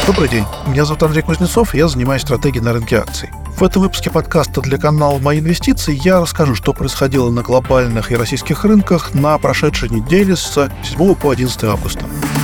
Добрый день, меня зовут Андрей Кузнецов, и я занимаюсь стратегией на рынке акций. В этом выпуске подкаста для канала «Мои инвестиции» я расскажу, что происходило на глобальных и российских рынках на прошедшей неделе с 7 по 11 августа.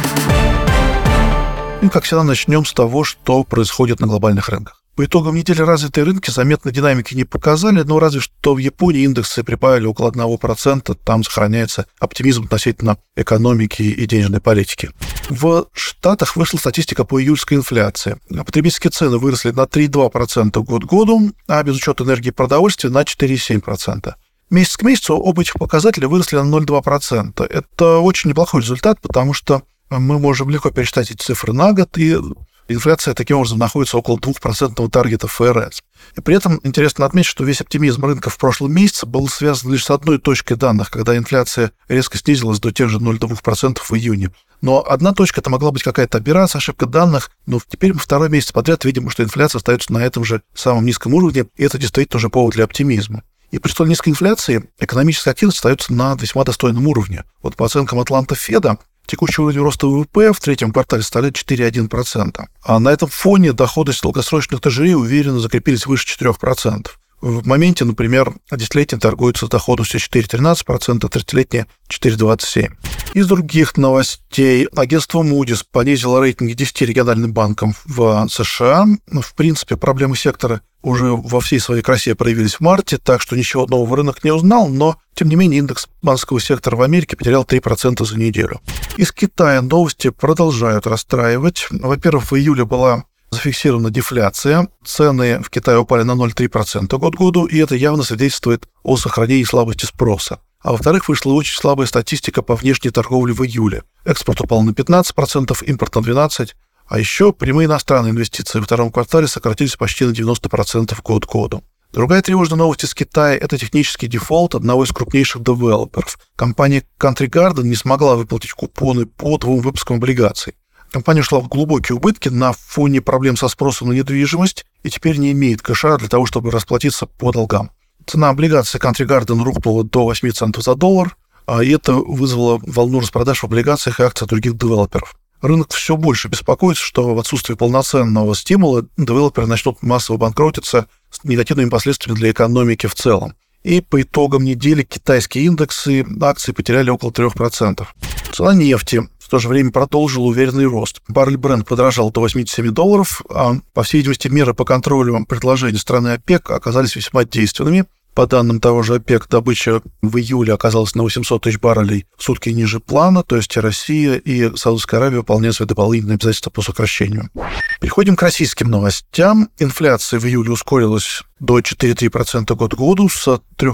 И, как всегда, начнем с того, что происходит на глобальных рынках. По итогам недели развитые рынки заметной динамики не показали, но разве что в Японии индексы прибавили около 1%, там сохраняется оптимизм относительно экономики и денежной политики. В Штатах вышла статистика по июльской инфляции. Потребительские цены выросли на 3,2% год к году, а без учета энергии и продовольствия на 4,7%. Месяц к месяцу оба этих показателя выросли на 0,2%. Это очень неплохой результат, потому что мы можем легко пересчитать эти цифры на год, и инфляция таким образом находится около 2% таргета ФРС. И при этом интересно отметить, что весь оптимизм рынка в прошлом месяце был связан лишь с одной точкой данных, когда инфляция резко снизилась до тех же 0,2% в июне. Но одна точка — это могла быть какая-то операция, ошибка данных, но теперь мы второй месяц подряд видим, что инфляция остается на этом же самом низком уровне, и это действительно уже повод для оптимизма. И при столь низкой инфляции экономическая активность остается на весьма достойном уровне. Вот по оценкам Атланта Феда, текущий уровень роста ВВП в третьем квартале составляет 4,1%. А на этом фоне доходы долгосрочных трэжерей уверенно закрепились выше 4%. В моменте, например, десятилетние торгуются с доходностью 4,13%, а 30-летние 4,27%. Из других новостей агентство Moody's понизило рейтинги 10 региональным банкам в США. В принципе, проблемы сектора уже во всей своей красе проявились в марте, так что ничего нового рынок не узнал, но, тем не менее, индекс банковского сектора в Америке потерял 3% за неделю. Из Китая новости продолжают расстраивать. Во-первых, в июле была зафиксирована дефляция. Цены в Китае упали на 0,3% год к году, и это явно свидетельствует о сохранении слабости спроса. А во-вторых, вышла очень слабая статистика по внешней торговле в июле. Экспорт упал на 15%, импорт на 12%, а еще прямые иностранные инвестиции во втором квартале сократились почти на 90% год к году. Другая тревожная новость из Китая – это технический дефолт одного из крупнейших девелоперов. Компания Country Garden не смогла выплатить купоны по 2 выпускам облигаций. Компания шла в глубокие убытки на фоне проблем со спросом на недвижимость и теперь не имеет кэша для того, чтобы расплатиться по долгам. Цена облигаций Country Garden рухнула до 8 центов за доллар, и это вызвало волну распродаж в облигациях и акциях других девелоперов. Рынок все больше беспокоится, что в отсутствии полноценного стимула девелоперы начнут массово банкротиться с негативными последствиями для экономики в целом. И по итогам недели китайские индексы акций потеряли около 3%. Цена нефти в то же время продолжила уверенный рост. Баррель Brent подорожал до $87, а, по всей видимости, меры по контролю предложений страны ОПЕК оказались весьма действенными. По данным того же ОПЕК, добыча в июле оказалась на 800 тысяч баррелей в сутки ниже плана, то есть Россия и Саудовская Аравия выполняют свои дополнительные обязательства по сокращению. Переходим к российским новостям. Инфляция в июле ускорилась до 4,3% год к году с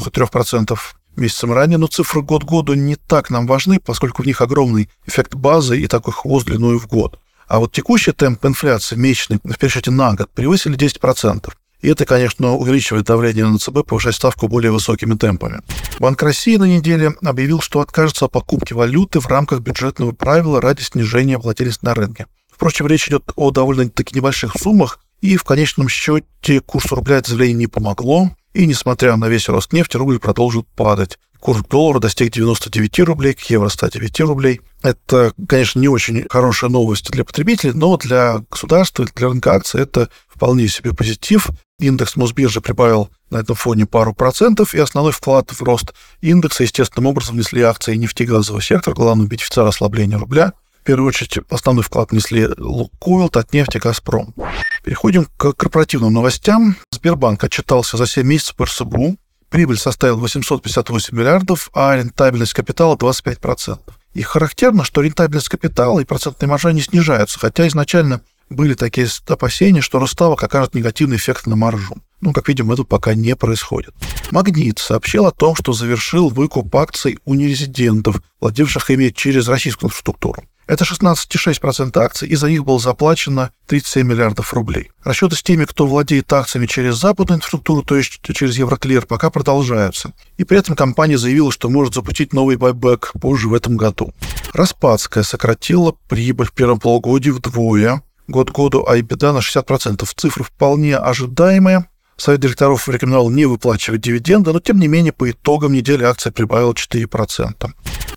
3,3% месяцем ранее, но цифры год к году не так нам важны, поскольку в них огромный эффект базы и такой хвост длиною в год. А вот текущий темп инфляции месячный в пересчете на год превысили 10%. И это, конечно, увеличивает давление на ЦБ, повышать ставку более высокими темпами. Банк России на неделе объявил, что откажется от покупки валюты в рамках бюджетного правила ради снижения волатильности на рынке. Впрочем, речь идет о довольно-таки небольших суммах, и в конечном счете курсу рубля это заявление не помогло, и, несмотря на весь рост нефти, рубль продолжил падать. Курс доллара достиг 99 рублей, к евро 109 рублей. Это, конечно, не очень хорошая новость для потребителей, но для государства, для рынка акций это вполне себе позитив. Индекс Мосбиржи прибавил на этом фоне пару процентов, и основной вклад в рост индекса естественным образом внесли акции нефтегазового сектора, главный бенефициар ослабления рубля. В первую очередь, основной вклад внесли Лукойл, Татнефть и Газпром. Переходим к корпоративным новостям. Сбербанк отчитался за 7 месяцев по РСБУ. Прибыль составила 858 миллиардов, а рентабельность капитала 25%. И характерно, что рентабельность капитала и процентная маржа не снижаются, хотя изначально были такие опасения, что рост ставок окажет негативный эффект на маржу. Как видим, это пока не происходит. Магнит сообщил о том, что завершил выкуп акций у нерезидентов, владевших ими через российскую инфраструктуру. Это 16,6% акций, и за них было заплачено 37 миллиардов рублей. Расчеты с теми, кто владеет акциями через западную инфраструктуру, то есть через Евроклир, пока продолжаются. И при этом компания заявила, что может запустить новый байбек позже в этом году. Распадская сократила прибыль в первом полугодии вдвое, год к году, а EBITDA на 60%. Цифры вполне ожидаемые. Совет директоров рекомендовал не выплачивать дивиденды, но, тем не менее, по итогам недели акция прибавила 4%.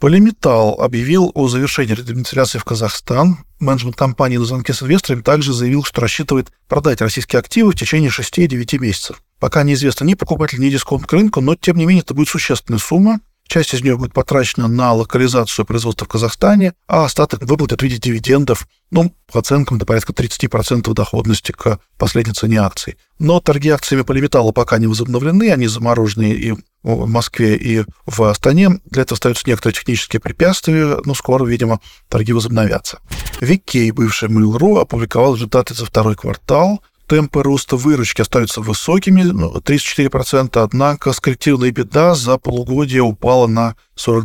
Polymetal объявил о завершении редомицеляции в Казахстан. Менеджмент компании на звонке с инвесторами также заявил, что рассчитывает продать российские активы в течение 6-9 месяцев. Пока неизвестно ни покупатель, ни дисконт к рынку, но, тем не менее, это будет существенная сумма. Часть из нее будет потрачена на локализацию производства в Казахстане, а остаток выплатят в виде дивидендов, по оценкам до порядка 30% доходности к последней цене акций. Но торги акциями Polymetal пока не возобновлены, они заморожены и в Москве, и в Астане. Для этого остаются некоторые технические препятствия, но скоро, видимо, торги возобновятся. VK, бывший Mail.ru, опубликовал результаты за второй квартал. Темпы роста выручки остаются высокими, 34%, однако скорректированная EBITDA за полугодие упала на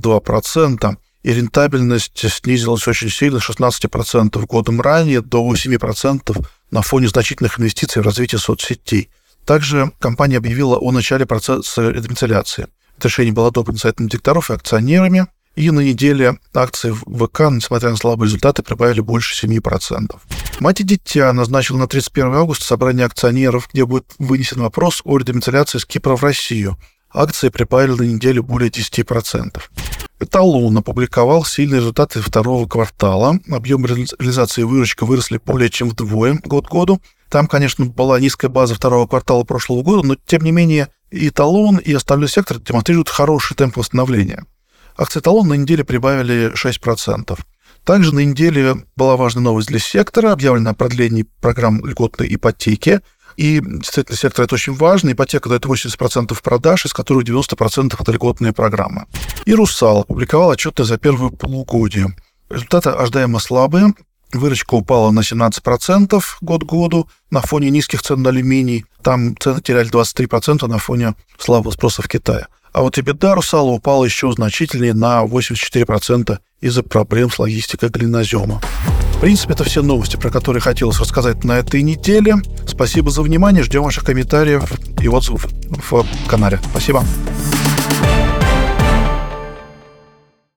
42%, и рентабельность снизилась очень сильно, 16% годом ранее до 8% на фоне значительных инвестиций в развитие соцсетей. Также компания объявила о начале процесса редомицеляции. Это решение было одобрено советом директоров и акционерами, и на неделе акции ВК, несмотря на слабые результаты, прибавили больше 7%. Мать и дитя назначила на 31 августа собрание акционеров, где будет вынесен вопрос о редомицеляции с Кипра в Россию. Акции прибавили на неделю более 10%. Эталон опубликовал сильные результаты второго квартала. Объем реализации и выручка выросли более чем вдвое год к году. Там, конечно, была низкая база второго квартала прошлого года, но, тем не менее, и Эталон, и остальной сектор демонстрируют хороший темп восстановления. Акции Эталон на неделе прибавили 6%. Также на неделе была важная новость для сектора, объявлено о продлении программ льготной ипотеки. И действительно, сектор это очень важно. Ипотека дает 80% продаж, из которых 90% это льготные программы. И Русал опубликовал отчеты за первое полугодие. Результаты ожидаемо слабые. Выручка упала на 17% год к году на фоне низких цен на алюминий. Там цены теряли 23% на фоне слабого спроса в Китае. А вот EBITDA Русала упала еще значительнее на 84% из-за проблем с логистикой глинозема. В принципе, это все новости, про которые хотелось рассказать на этой неделе. Спасибо за внимание, ждем ваших комментариев и отзывов в канале. Спасибо.